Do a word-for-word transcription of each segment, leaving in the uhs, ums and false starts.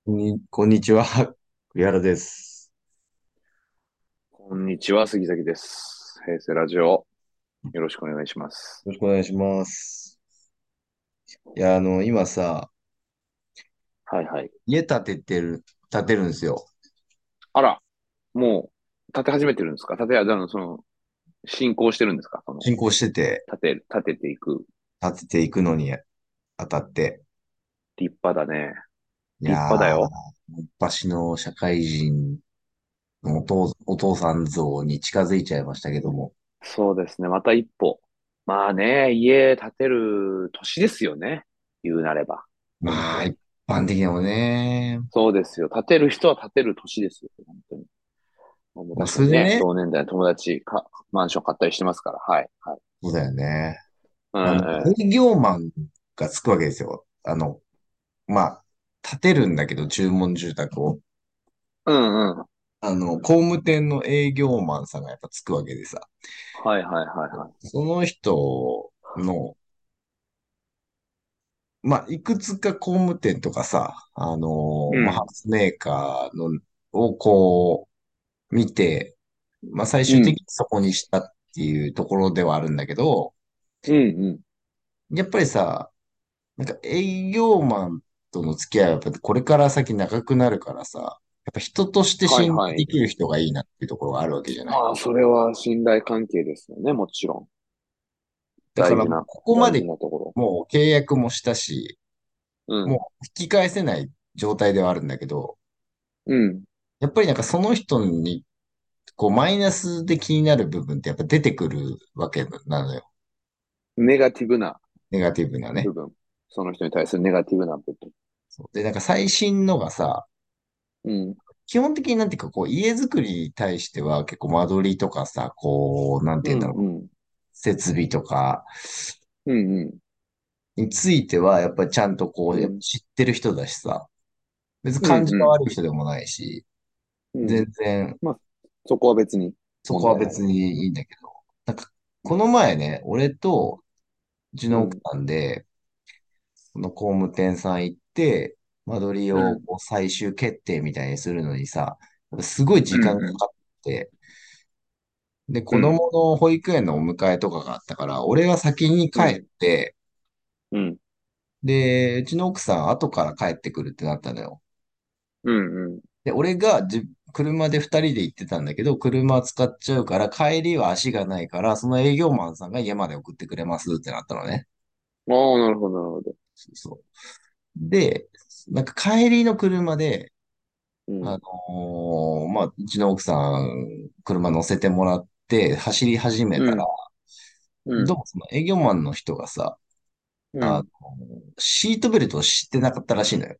こんに、こんにちは。栗原です。 こんにちは、杉崎です。平成ラジオ、よろしくお願いします。 よろしくお願いします。いや、あの、今さ、 はいはい。 家建ててる、建てるんですよ。 あら、もう、建て始めてるんですか？建て、あの、その、進行してるんですか？その、 進行してて、 建て、建てていく。 建てていくのにあたって。 立派だね。立派いやー、 だよ。 昔の社会人のお父、お父さん像に近づいちゃいましたけども。 そうですね。また一歩。まあね、家建てる年ですよね。言うなれば。本まあ、 当に。 一般的にもね。 そうですよ。建てる人は建てる年ですよ。本当に。もうまあ、 確かにね、 それでね、 同年代の友達か、マンション買ったりしてますから。はい。はい。 そうだよね。 うん、 あの、 うん。 営業マンがつくわけですよ。あの、まあ、建てるんだけど、注文住宅を。 うん、うん。 あの、工務店の営業マンさんがやっぱつくわけでさ、 はいはいはいはい。 その人の、まあ、いくつか工務店とかさ、あの、まあ、ハうん。 ウスメーカーの、をこう、見て、まあ、最終的うん。 にそこにしたっていうところではあるんだけど、 うん。うん。 やっぱりさ、なんか営業マンとの付き合いはやっぱこれから先長くなるからさ、やっぱ人として信頼はいはい。 できる人がいいなっていうところがあるわけじゃない。 まあ、それは信頼関係ですよね。もちろん。 だから、 大事な、 ここま大事でなところ。 もう契約もしたし、 うん。 もう引き返せない状態ではあるんだけど、 うん。 やっぱりなんかその人に、こう、マイナスで気になる部分ってやっぱ出てくるわけなのよ。 ネガティブなネガティブなね。 部分。その人に対するネガティブな部分。 そうで、なんか最新のがさ、 うん。 基本的になんていうか、こう、家づくりに対しては結構間取りとかさ、こう、なんてうん。 いうんだろう。 うん。 設備とかうん。うん。 については、やっぱりちゃんとこう、やっぱうん。 知ってる人だしさ、別にうん。 感じがうん。 悪い人でもないし、全うん。 然まあ、そこは別にそこは問題ない。 別にいいんだけど、なんか、この前ね、俺とうちうん。 の奥さんで、その工務店さん行って、間取りうん。 をこう最終決定みたいにするのにさ、やっぱすごい時うん。うん。 間がかかって、で、子供うん。 の保育園のお迎えとかがあったから、俺は先に帰っうん。 て、 うん。 で、うちの奥さん後から帰ってくるってなったのよ。 うん。 で、俺がじ車で二人で行ってたんだけど、車使っちゃうから、帰りは足がないから、その営業マンさんが家まで送ってくれますってなったのね。 ああ、なるほど、なるほど。 そうそう。で、なんか帰りの車で、あのうん。 ーまあ、うちの奥さん、車乗せてもらって走り始めたら、 うん。うん。 どうもその営業マンの人がさ、あのうん。 シートベルトをしてなかったらしいのよ。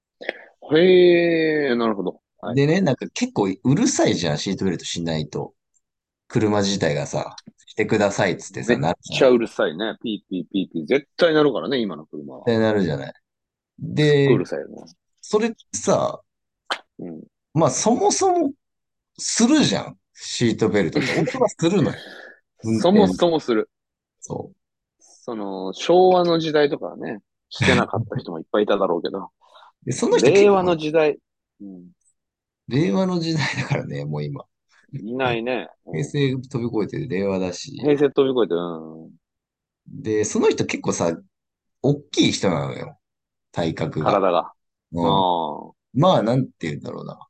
へえ、なるほど。はいでね、 はい。 なんか結構うるさいじゃん、シートベルトしないと。車自体がさ、してくださいっつってさ、 めっなるじゃない。っちゃうるさいね。ピーピーピーピー。絶対なるからね、今の車は。 てなるじゃない。 すっごいうで、 るさいよね。 それってさ、 うん。 まあそもそもするじゃん。シートベルトって。俺はするのよ。運そも転。 そもする。 そう。 その、昭和の時代とかはね、してなかった人もいっぱいいただろうけど、 で、その人令和結構、 の時代、うん、 令和の時代だからね、もう今。 いないね。うん、 平成飛び越えて令和だし。 平成飛び越えて、うん、 で、その人結構さ、大きい人なのよ。体格が。 体が。 うん。 あまあ、なんて言うんだろうな。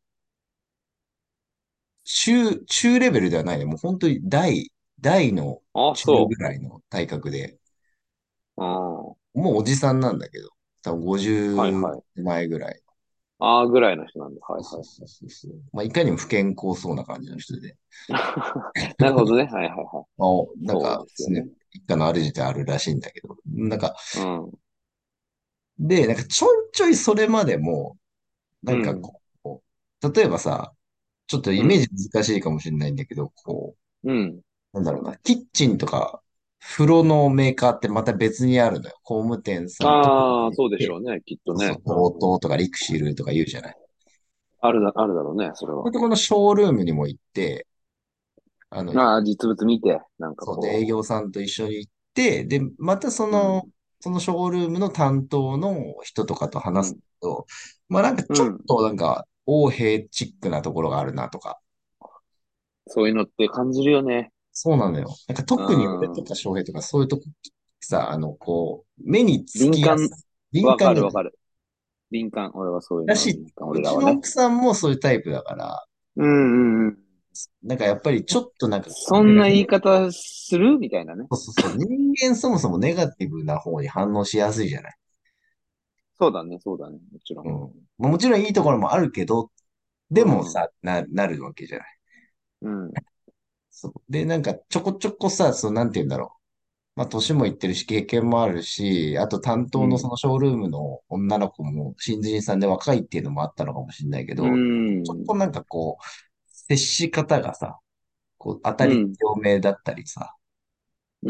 中、中レベルではないね。もう本当に大、大のあ、あ、 中そぐらいの体格で。 う。うん、はもうおじさんなんだけど。多分50 いはい。 前ぐらい。 ああ、ぐらいの人なんだ。はいはい。 そうそうそうそう。まあ、いかにも不健康そうな感じの人で。 なるほどね。はいはいはい。 まあ、なんそうか、ね、 ですよね。 一家の主であるらしいんだけど。なんか、 うん、 で、なんかちょいちょいそれまでも、なんかうん、 こう、例えばさ、ちょっとイメーうん、 ジ難しいかもしれないんだけど、こうん。 う、なんだろうな、キッチンとか、風呂のメーカーってまた別にあるのよ。工務店さんとこああ、そうでしょで、 うね。きっとね。 そうそう、 うん。 トートとかリクシルとか言うじゃない。 あるだ、あるだろうね。それは。 そういうところのショールームにも行って、あの、 ああ、実物見て、なんかそうで、営こ業さんと一緒に行って、で、またそう。うの、 ん。 そのショールームの担当の人とかと話すうん、 と、まあなんかちょっうん。 となんか、横兵チックなところがあるなとか、 そういうのって感じるよね。 そうなのよ。なんかう特に俺とん。 か翔平とかそういうとこさ、あの、こう、目につ敏感、 きやすい。敏わ感なのよ。 かるわかる。敏感。俺はそういうだし、 のは敏感。 う俺らはね。 ちの奥さんもそういうタイプだから、 うんうんうん。 なんかやっぱりちょっとなんか、なんかそんな言い方するみたいなね。 そうそうそう、人間そもそもネガティブな方に反応しやすいじゃない。 そうだね、そうだね。もちろん。 うん。まあ、もちろんいいところもあるけど、 うん。 でもさ、な、なるわけじゃない。 うん。 そう。で、なんかちょこちょこさ、そう、なんて言うんだろう。まあ、年もいってるし、経験もあるし、あと担当のそうん。 のショールームの女の子も新人さんで若いっていうのもあったのかもしれないけうど、ちょっとん。 なんかこう、接し方がさ、こう、当たりうん。 強めだったりさ、 うん。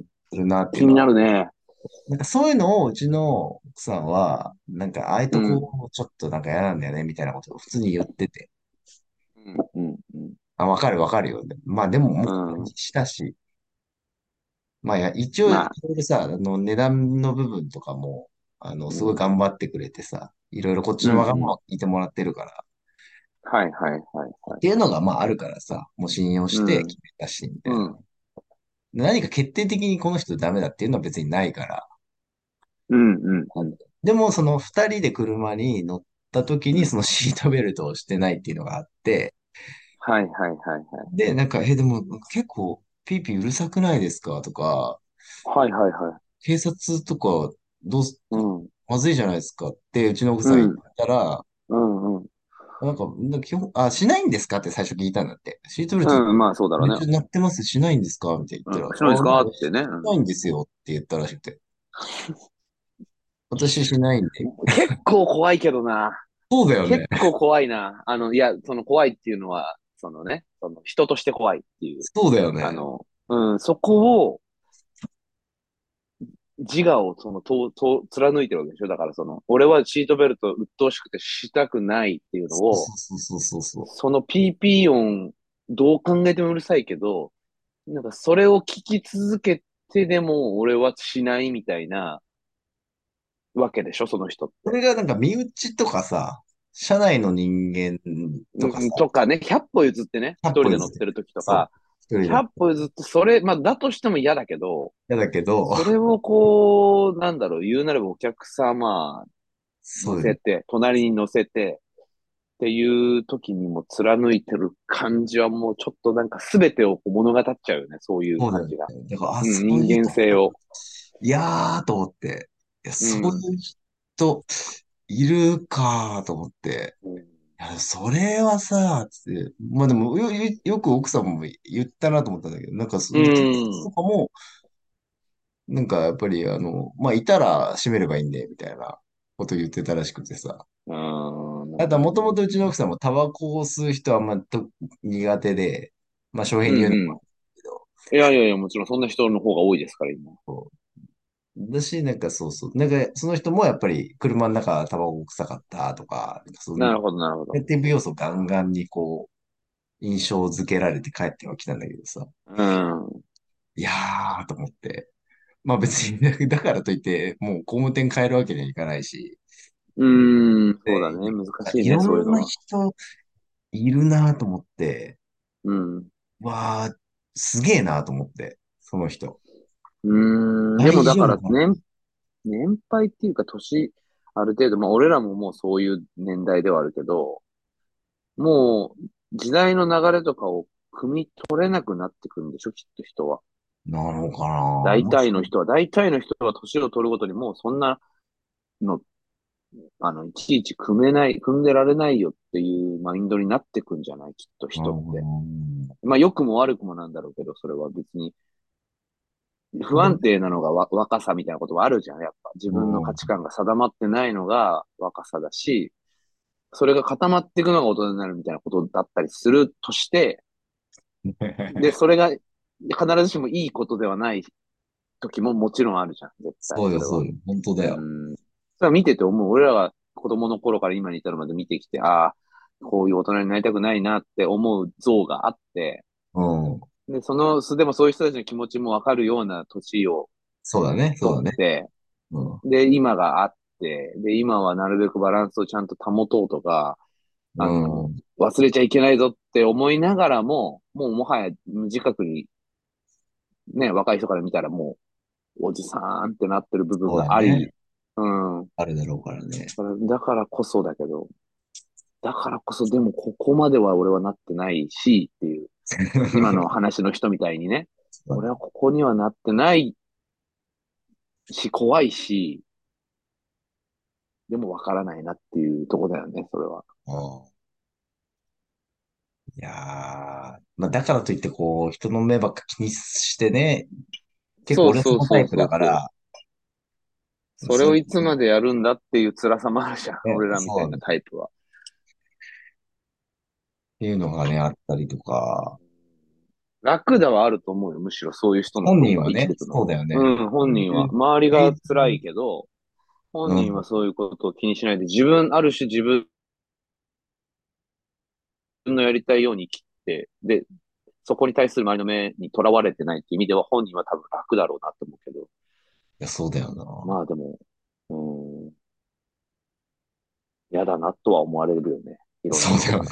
するなっていう気にのは、 なるね。 なんかそういうのをうちの奥さんは、なんかああいうとうん。 こちょっとなんか嫌なんだよね、みたいなことを普通に言ってて、 うん。うん。うん。 あ、わかるわかるよ。まあでももううここにん。 したし、まあいや、一応、いまあ、 ろいろさ、あの値段の部分とかも、あの、すごいうん。 頑張ってくれてさ、いろいろこっちうん。 のわがままうん。 を聞いてもらってるから、 はいはいはいはい。 っていうのがまああるからさ、もう信用しうてん。 決めたし、みたいな。 うん。 何か決定的にこの人ダメだっていうのは別にないから、 うん。うん。うん。 あのでもその二人で車に乗った時うん。 にそのシートベルトをしてないっていうのがあって、 はいはいはいはい。 で、なんか、え、でも結構ピーピーうるさくないですかとか、 はいはいはい。 警察とかどうす、 うん。 まずいじゃないですかってうちの奥うさん言っん。 たら、 うん。うん。 なんか、なんか基本、あ、しないんですかって最初聞いたんだって。シートベルトうん。まあそうだろうね。 めっちゃ鳴ってますしないんですかみたいな言ったら、 うん。しないですあ、なんかしかってね。うん。 ないんですよって言ったらしくて。私しないんで。 結構怖いけどな。 そうだよね。 結構怖いな。あの、いや、その怖いっていうのは、そのね、その人として怖いっていう。 そうだよね。 あの、うん、そこを、自我をその、と、と、貫いてるわけでしょ。だからその、俺はシートベルト鬱陶しくてしたくないっていうのそうを、 そうそうそうそその ピーピー 音、どう考えてもうるさいけど、なんかそれを聞き続けてでも俺はしないみたいなわけでしょ、その人っう。そて。 れがなんか身内とかさ、社内の人間とかさ、 うん、とかね、ひゃっぽ譲ってね、 ひゃっ一人歩譲って。 で乗ってる時とか、 そう。一人でひゃっぽ譲ってそれ、まあだとしても嫌だけど、 嫌だけど、 それをこう、なんだろう、言うなればお客様乗そうだよね。 せて、隣に乗せてっていう時にも貫いてる感じはもうちょっとなんか全てをこう物語っちゃうよね、そういうそうだよね。 感じが。 だから、あ、 うん、 そう人いうところ、 間性を。 いやーと思って、いや、 うん。 そういう人いるかーと思って、 うん。 いや、それはさ、つって、まあでもよ、よよく奥さんも言ったなと思ったんだけど、なんかそうの警察とん。 かも、なんかやっぱりあの、まあいたら閉めればいいんで、みたいなこと言ってたらしくてさ。 うん。なるあとはもともほどね。 とうちの奥さんもタバコを吸う人はあんまと苦手で、まあ商品に言うのもあうんうん。 るけど、 いやいやいや、もちろんそんな人の方が多いですから、今。 だし、なんかそうそう。なんか、その人もやっぱり車の中タバコ臭かったとか、なんかそのなるほど、なるほど。 ネガティブ要素ガンガンにこう、印象付けられて帰ってはきたんだけどさ。 うん。 いやーと思って。まあ別に、だからといって、もう工務店変えるわけにはいかないし。 うん、そうだね。 で、 難しいね、 いろんなそういうのは。 人いるなと思って、 うん。 わー、すげえなと思って、その人。 うん。でも大だから、 丈夫かな。 年、年配っていうか、年、ある程度、まあ、俺らももうそういう年代ではあるけど、もう、時代の流れとかを汲み取れなくなってくるんでしょ、きっと人は。 なのかな。 大まあ、 体の人は、大体の人は年を取るごとにもうそんなの、あの、いちいち組めない、組んでられないよっていうマインドになってくんじゃないきっとう人って。 ん。 まあ、良くも悪くもなんだろうけど、それは別に不でも、 安定なのがわ若さみたいなことはあるじゃん、やっぱ。自分の価値うん。 観が定まってないのが若さだし、それが固まっていくのが大人になるみたいなことだったりするとして、で、それが必ずしもいいことではない時ももちろんあるじゃん、絶対、 そうよ、 それは。 そうよ。本当うだよ。 ん。それは見てて思う。俺らが子供の頃から今に至るまで見てきて、ああ、こういう大人になりたくないなって思う像があって、 うん。 で、その、でもそういう人たちの気持ちもわかるような年をそうだね、そう取だね。 って、 うん。 で、今があって、で、今はなるべくバランスをちゃんと保とうとか、 うあの、 ん。 忘れちゃいけないぞって思いながらも、もうもはや無自覚にね、若い人から見たらもうおじさんってなってる部分そうだがあり、 ね。 うん。 あるだろうからね。 だからだからこそだけど、だからこそでもここまでは俺はなってないしっていう、今の話の人みたいにね、 そうだね。 俺はここにはなってないし、怖いし、でもわからないなっていうとこだよね、それは。 うん。いやー、まあ、だからといって、こう、人の目ばっか気にしてね、結構そう俺そそうそうのタイプそうそう。 だから、 それそう、 をいつまでやるんだっていう辛さもあるじゃん、 ね、 俺らみたいなそう、っタイプは。 ていうのがね、あったりとか、 楽ではあると思うよ。むしろそういう人の本方が生き人はね、 ていくのは。 そうだよね。 うん、本人は。 そういう周りがフェーズ、 辛いけど、本うん、 人はそういうことを気にしないで、自分、ある種自分のやりたいように生きて、で、そこに対する周りの目にとらわれてないっていう意味では本人は多分楽だろうなって思うけど。 いや、そうだよな。 まあでも、うん、嫌だなとは思われるよね。いろんなそうだよね。 人から。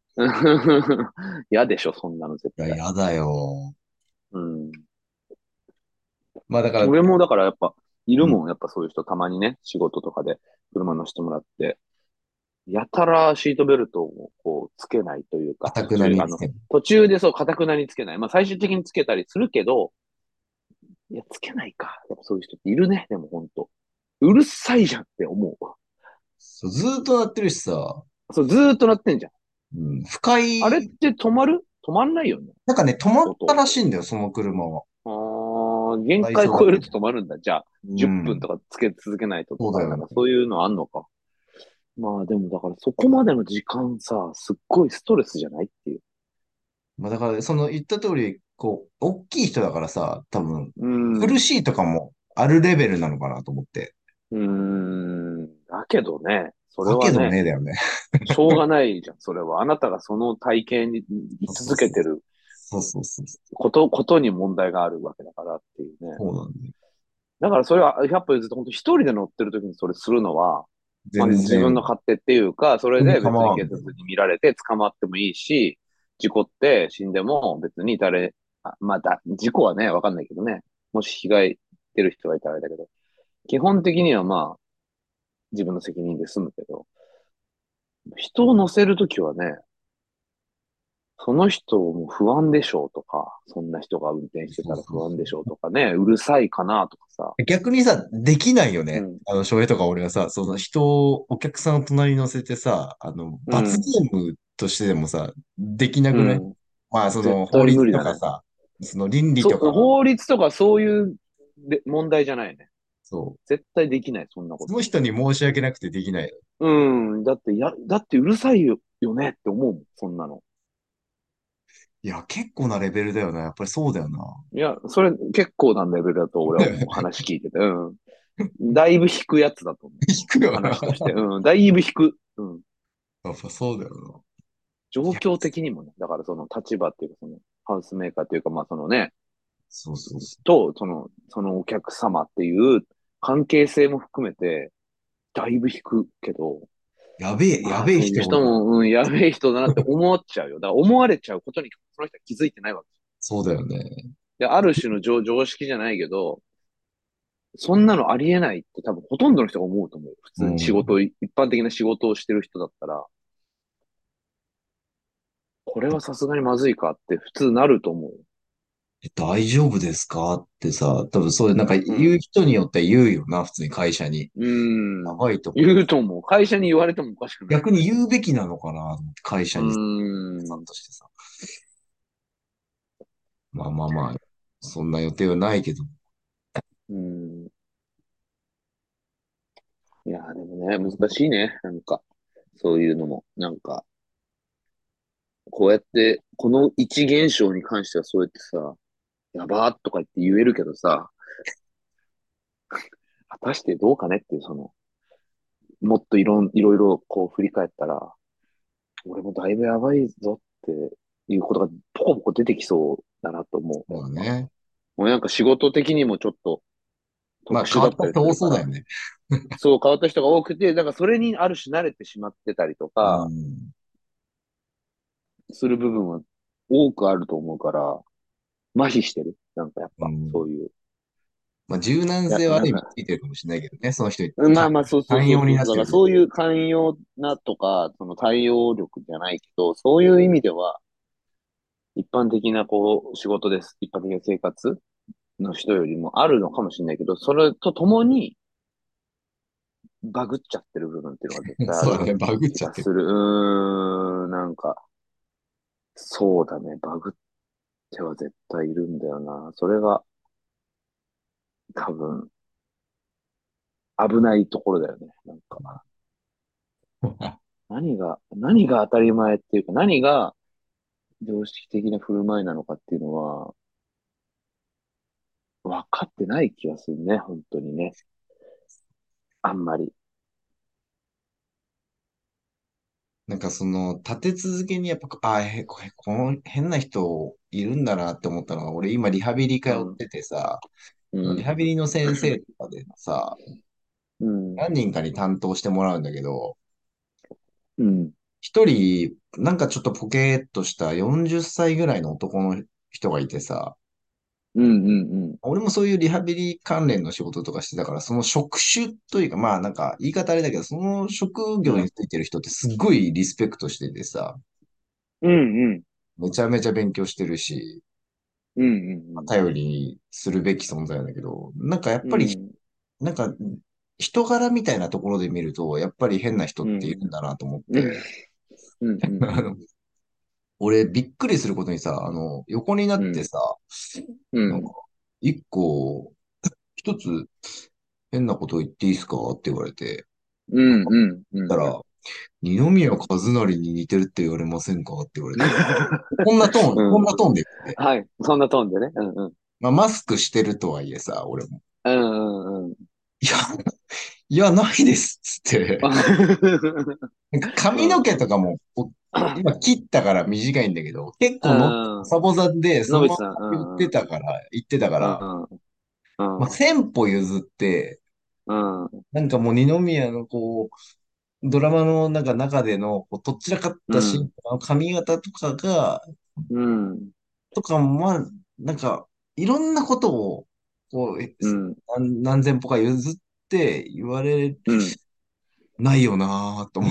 嫌でしょ、そんなの絶いや、 対。 やだよ。 うん。 まあだから、 俺もだからやっぱ、いうん、 るもん、やっぱそういう人たまにね、仕事とかで車乗せてもらって、やたらシートベルトをこうつけないというか、 かたくな途中、あの、 につける。 途中でそう、かたくなにつけない。まあ最終的につけたりするけど、いや、つけないか。やっぱそういう人っているね、でも本当うるさいじゃんって思う。 そう、ずーっとなってるしさ、 そう、ずーっと鳴ってんじゃん。 うん、不快、 あれって止まる止まんないよね、 なんかね、止まった音。 らしいんだよ、その車は。 あー、限最界超えると初だけど。 止まるんだ。じゃあ、10 うん、 分とかつけ続けないととか、 そうだよね。 なんかそういうのあんのか。まあでもだからそこまでの時間さ、すっごいストレスじゃないっていう。 まあだから、その言った通り、こう、大きい人だからさ、多分、 うん。 苦しいとかもあるレベルなのかなと思って。 うーん。だけどね、それだけどはね、 ね、だよね。 しょうがないじゃん、それは。あなたがその体型に居そうそうそう。 続けてるそうそうそう。 こと、ことに問題があるわけだからっていうね。 そうなんだよ。 だからそれはひゃっぽ譲って本当一人で乗ってる時にそれするのは、まあ全自分の然、 勝手っていうか、それ全然で別に構わんだよ。 警察に見られて捕まってもいいし、事故って死んでも別に誰、あまあだ、事故はね、わかんないけどね。もし被害出る人がいたらあれだけど、基本的にはまあ自分の責任で済むけど、人を乗せるときはね、その人も不安でしょうとか、そんな人が運転してそうたらそうそ不安でしょうとかね、うるさいかなとかさ。 う。逆にさ、できないよね。 うん。 あの、翔平とか俺はさ、その人を、お客さんを隣に乗せてさ、あの、罰ゲうん。 ームとしてでもさ、できなくない？ うん。 まあ、そ絶の、法律対無理だね。 とかさ、その倫理そ、 とか、 法律とかそういうで問題じゃないね。 そう。 絶対できない、そんなこと。 その人に申し訳なくてできないよ。 うん。だって、や、だってうるさいよ、よねって思うもん、そんなの。 いや、結構なレベルだよな。やっぱりそうだよな。 いや、それ結構なレベルだと俺は思う。話聞いてて。うん。だいぶ引くやつだと思う。 引くよな。 話として。うん。だいぶ引く。うん。 やっぱそうだよな。いや、 状況的にもね。だからその立場っていうか、その、ハウスメーカーっていうか、まあそのね、 そうそうそと、その、そのお客様っていう関係性も含めて、だいぶ引くけど、 う。やべえ、やまあ、 べえそういう人多いな。 人も、うん、やべえ人だなって思っちゃうよ。だから思われちゃうことに、その人は気づいてないわけそうだよね。 で、ある種の常、常識じゃないけど、そんなのありえないって多分ほとんどの人が思うと思う。普う通に仕ん。 事、一般的な仕事をしてる人だったら、これはさすがにまずいかって普通なると思う。 え大丈夫ですかってさ、多分そういう、なんかうん。 言う人によって言うよな、普通に会社に。 うやん。 ばいとこ。 言うと思う。会社に言われてもおかしくない。 逆に言うべきなのかな、と思って会う社に、さんん。 としてさ。まあまあまあ、そんな予定はないけど。 うん。いやー、でもね、難しいね。なんか、そういうのも。なんか、こうやって、この一現象に関してはそうやってさ、やばーとか言って言えるけどさ、果たしてどうかねっていう、その、もっといろん、いろいろこう振り返ったら、俺もだいぶやばいぞっていうことがポコポコ出てきそうだなと思う。 まやっぱ。 あね。 もうなんか仕事的にもちょっと、 まあ特殊だったり変わった人するから、 多そうだよね。 そう変わった人が多くて、だからそれにある種慣れてしまってたりとうか、 ん。 する部分は多くあると思うから、麻痺してる。なんかやっぱ、 うん。 そういう。 まあ柔軟や、 性はある意味つなんか、 いてるかもしれないけどね、その人にかまあまあ、そうそう寛容にそうそうそう。だなってるという。 からそういう寛容なとか、その対応力じゃないけど、そういう意味では、一般的なこう、仕事です。一般的な生活の人よりもあるのかもしれないけど、それとともにバグっちゃってる部分っていうのが絶対あるそうだね、バグっちゃってる。 気がする。うーん、なんか、そうだね。バグっては絶対いるんだよな。それが多分危ないところだよね。なんか、何が、何が当たり前っていうか、何が常識的な振る舞いなのかっていうのは、分かってない気がするね。本当にね。あんまり。 なんかその、立て続けにやっぱ、あ、へ、これ、この変な人いるんだなって思ったのが、俺今リハビリ通うん、 っててさ、 うん、 リハビリの先生とかでさ、 うん、 何人かに担当してもらうんだけど、 うん、 一人、なんかちょっとポケーっとしたよんじゅっさいぐらいの男の人がいてさ、 うん、うん、 俺もそういうリハビリ関連の仕事とかしてたから、その職種というか、まあなんか言い方あれだけど、その職業についてる人ってすっごいリスペクトしててさ、 うん、うん、 めちゃめちゃ勉強してるし、 うん、 頼りにするべき存在なんだけど、なんかやっぱり、 うん、 なんか人柄みたいなところで見ると、やっぱり変な人っていうん、 るんだなと思っうん、 て、 うん、うん、 あの俺びっくりすることにさ、あの、横になうん、 ってさ、 うん、 なんか、一個、一つ変なこと言っていいですかって言われて、 うん、うん、うん。 たら、二宮和也に似てるって言われませんかって言われて、こんなトーン、こんうん。 なトーンで言って、 はい。そんなトーンでね。うん、うん。 まあ、マスクしてるとはいえさ、俺も、 うん、うん、うん。 いや、いや、ないですっつって、なんか髪の毛とかも、こ今切ったから短いんだけど、結構のボうん。 サボサで、そのまま野口さん。う言ってん、うん。 たから、言ってたかうら、 ん、 まあ、 うん。 先歩譲って、 うん、 なんかもう二宮のこう、ドラマのなんか中での、こう、とっちらかったシーンうん、 とかの髪型とかが、 うん、 とかも、まあ、なんか、いろんなことを、こう、えうん、 何何千歩か譲って言われうん。 ないよなぁと思って。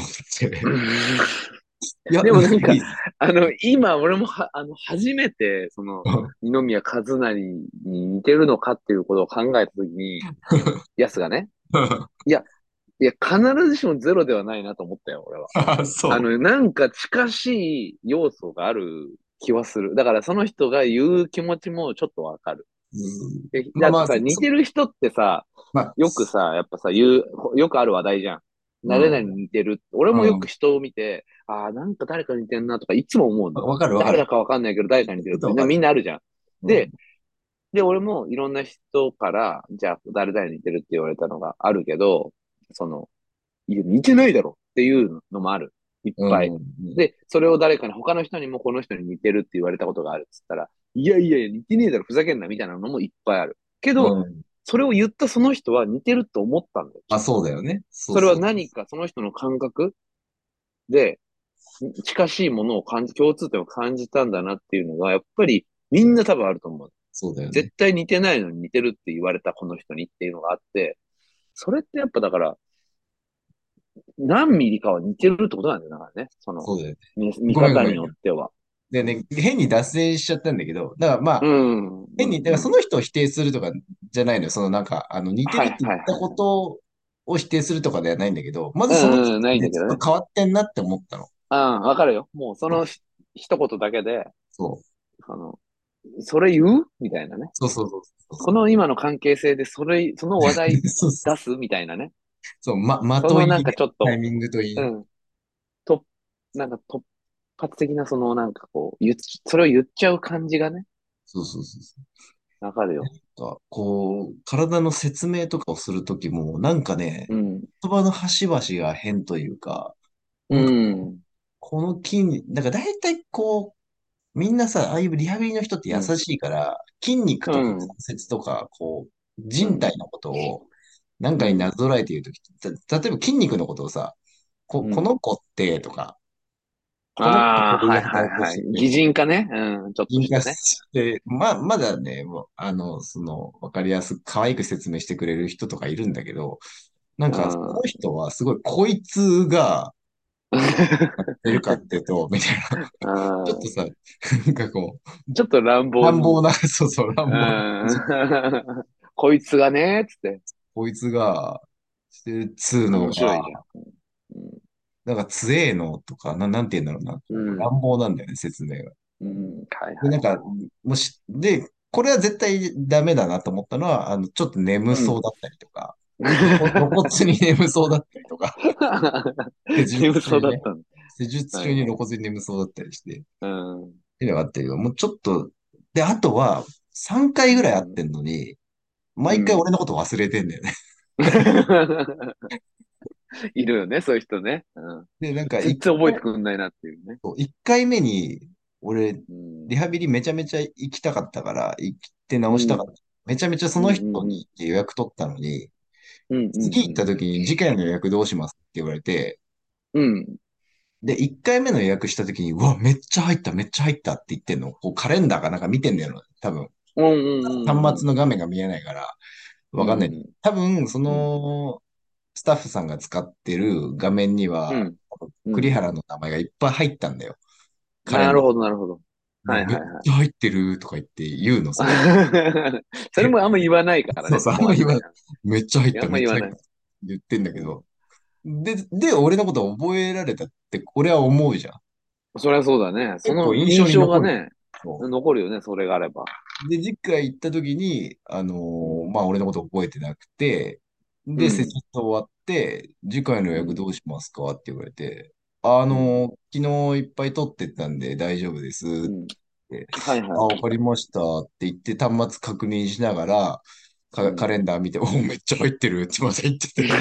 いや、 でもなんか、 ないっす。 あの、今俺もは、あの、初めて、その、二宮和也に似てるのかっていうことを考えたときに、やすがね、いや、いや、必ずしもゼロではないなと思ったよ、俺は。 あ、そあの、なんか近しい要素がある気はする。だからその人が言う気持ちもちょっとわかる。 う。うん、 で、 まあまあ、 だってさ、似そ、 てる人ってさ、 まあ、 よくさ、やっぱさ、言う、よくある話題じゃん。 う誰々 ん、 に似てる。俺もよくうん。 人を見て、ああ、なんか誰かに似てんなとかいつも思うんだよ。 わかるわかる。 誰だかわかんないけど誰かに似てるってみんなことわかる。 みんなあるじゃん。 うん。 で、で、俺もいろんな人から、じゃあ誰々に似てるって言われたのがあるけど、その、いや、似てないだろっていうのもある。いっぱい。 うん。うん。 で、それを誰かに、他の人にもこの人に似てるって言われたことがあるっつったら、いやいやいや、似てねえだろ、ふざけんな、みたいなのもいっぱいある。けど、 うん。 それを言ったその人は似てると思ったんだよ、きまあ、 っと。 そうだよね。そうそれはそう。 何かその人の感覚で、近しいものを感じ、共通点を感じたんだなっていうのが、やっぱりみんな多分あると思う。 そうだよね。 絶対似てないのに似てるって言われたこの人にっていうのがあって、それってやっぱだから、何ミリかは似てるってことなんだよ、だからね。その、 そうだよね。 見、見方にごめんごめん。 よっては。 でね、変に脱線しちゃったんだけど、だからまうあ、 ん、うん、 変に、だからうん。 その人を否定するとかじゃないのよ。そのなんか、あの、似てはい、 るって言はい、 ったこはい。 とを否定するとかではないんだけど、まずその人うん、うん、ないんでちょっだけどね。 と変わってんなって思ったの。 うん、わかるよ。もうそのひ一言だけで、 そう。 あの、それ言うみたいなね。 そうそうそうそうそこの今の関係性でそれ、その話題う。そうそう。 出すみたいなね。 そう、ま、的そのなんいいね。 かちょっと、 タイミングといい。 うん、と、なんか突発的なそのなんかこう、言っ、それを言っちゃう感じがね、 そうそうそうそわかるよ。 う。なんかこう、体の説明とかをするときも、なんかね、 うん、 言葉の端々が変というか、 うなんか、 ん、 この筋肉、なんか大体こう、みんなさ、ああいうリハビリの人って優うん、 しいから、筋肉とか関うん、 節とか、こう、 うん。 人体のことを何かになうん。 ぞらえて言うとき、た例えば筋肉のことをさ、こ、 うん。 この子ってとか、この子ってああ、 こういうはいはい働きをはい。擬してて、 人化ね。うん、ちょっと人化してね。 して、ま、まだね、もう、あの、その、わかりやすく可愛く説明してくれる人とかいるんだけど、なんうか、そのん。 人はすごい、こいつが、やってるかっていうと、みたいな。 うちょっとん。 さ、なんかこう、 ちょっと乱暴に。 乱暴な、そうそう、乱う暴な感じ。 ん。こいつがね、つって。 こいつが、してるっつうの面白いじゃが、 ん。うん。 なんか強えのとか、な、なんて言うんだろうな。 うこうん。 乱暴なんだよね、説明が。 うん。はいで、 はいはなんか、もし、で、これは絶対ダメだなと思ったのは、あの、ちょっと眠い。うん。 そうだったりとか、露骨露骨に眠そうだったりとか、施術眠中にね、 そうだったの。 施術中に露はいはい。 骨に眠そうだったりして、っうん。 ていうのがあったけど、もうちょっと、で、あとは、さんかいぐらい会っうん。 てんのに、 うん。 毎回俺のこと忘れてんだよね。 いるよね、そういう人ね。うん。 で、なんか、 全一回、 然覚えてくんないなっていうね。 一回目に、俺、 うん。 リハビリめちゃめちゃ行きたかったから、行って直したかった。 うん。 めちゃめちゃそうん。 の人うん。 に予約取ったのに、 うん。うん。 次行った時に次回の予約どうしますって言われて、 うん。 で、いっかいめの予約した時に、うわ、めっちゃ入った、めっちゃ入ったって言ってんの。こうカレンダーかなんか見てんだよ。多分。 うん。うん。 端末の画面が見えないから、わかんない。 うん。 多分、そうん。 の、スタッフさんが使ってる画面には、 うん。うん。 栗原の名前がいっぱい入ったんだよ。カレンダー。 なるほど、なるほど。 うわ、 はいめっはいはい。 ちゃ入ってるとか言って言うの、それ。 それもあんま言わないからね、 そうそう、 そこはね。 あんま言わない。めっちゃ入っいや、あた、 んま言わない。 めっちゃ入った。言ってんだけうん。 ど。で、で、俺のこと覚えられたって、俺は思うじゃん。 そりゃそうだね。そ結構印の印象に残るじゃん。 象がね、 そ残るよね、それがあれば。 う。で、次回行った時に、あのうん。 ーまあ、俺のこと覚えてなくて、で、施うん。 術終わって、次回の予うん。 約どうしますかって言われて、あうん。 のー昨日いっぱい取ってったんで大丈夫ですっうん。 て、あ、 はいはい。 わかりましたって言って端末確認しながら、カ、カうん。 レンダー見て、お、めっちゃ入ってるってまた言ってて、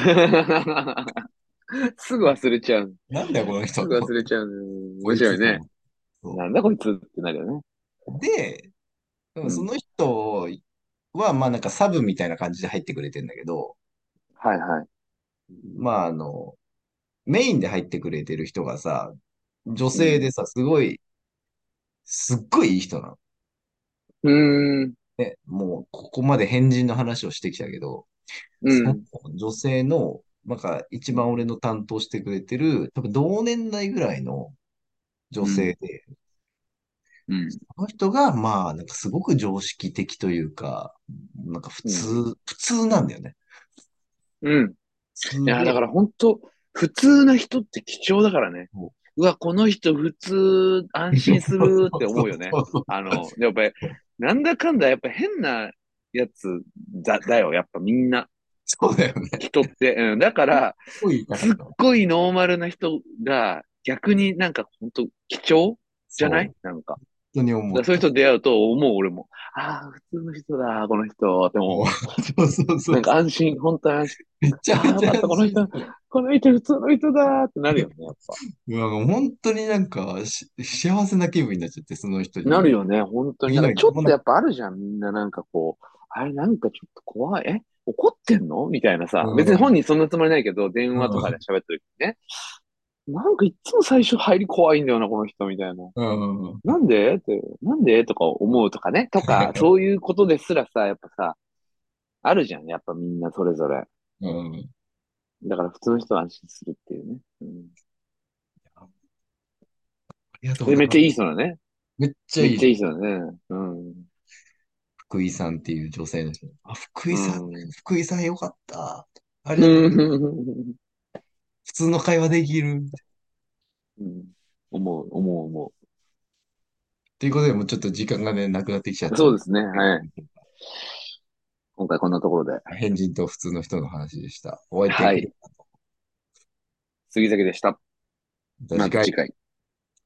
すぐ忘れちゃう。 なんだよ、この人すぐと思って。 忘れちゃう。 こ面白いね。 いつと思って。そなんだこいつってなるよね。 う。で、でもうん。 その人は、まあなんかサブみたいな感じで入ってくれてんだけど、 はいはい。 まああの、メインで入ってくれてる人がさ、女うん。 性でさ、すごい、すっごいいい人なの。 うーん。 ね、もうここまで変人の話をしてきたけど、そのうん。 女性の、なんか一うん。 番俺の担当してくれてる、多分同年代ぐらいの女うん。 性で、 うん。 この人が、まあ、なんかすごく常識的というか、なんか普通、 うん。 普通なんだよね。 うん。いや、だかすげえ。 ら本当普通な人って貴重だからね。 もうわ、この人普通、安う心すそうるってそう思うよね。 そうそう。 あの、やっぱり、なんだかんだ、やっぱ変なやつだ、だよ。やっぱみんな、 そうだよね。 人って。うん。だかすっら、 ごい言いたかすっった。 ごいノーマルな人が逆になんか本当貴重じゃなそう。本いなんか。 当にだからそういう思った。 人出会うと思う、俺も。ああ、普通の人だ、この人。って思う。 そうそうそうなんかそう。 安心、本当に安心。 めちゃああ、よめちゃかった、この人、 安心する。 この人普通の人だってなるよね、やっぱ。 なんか本当になんかし幸せな気分になっちゃって、その人に。 なるよね、本当に。 次のなんかちょっもうなんか、 とやっぱあるじゃん、みんななんかこう、あれなんかちょっと怖い。え怒ってんのみたいなさ。別に本うん、 人そんなつもりないけど、電話とかでうん、 喋ってる時にね。なんかいつも最初入り怖いんだよな、この人、みたいな。 うん、 なんでって、なんでとか思うとかね。とか、そういうことですらさ、やっぱさ、あるじゃん。やっぱみんなそれぞれ。 うん。 だから普通の人は安心するっていうね。うん、 ありがとうごで、めっちゃいいざいます。 人だね。 めっちゃめっちゃいいいい人。 人だね。うん。 福井さんっていう女性の人。あ、福う井さん、 ん。 福井さんよかった。ありがとう。 うん。 普通の会話できる。 うん、思う、思う、思ということで、もうちょっと時間がね、なくなってきちゃっう。 たんで、 そうですね。はい。今回こんなところで。 変人と普通の人の話でした。お相手、 はい。杉崎でした。 また次回。 また次回。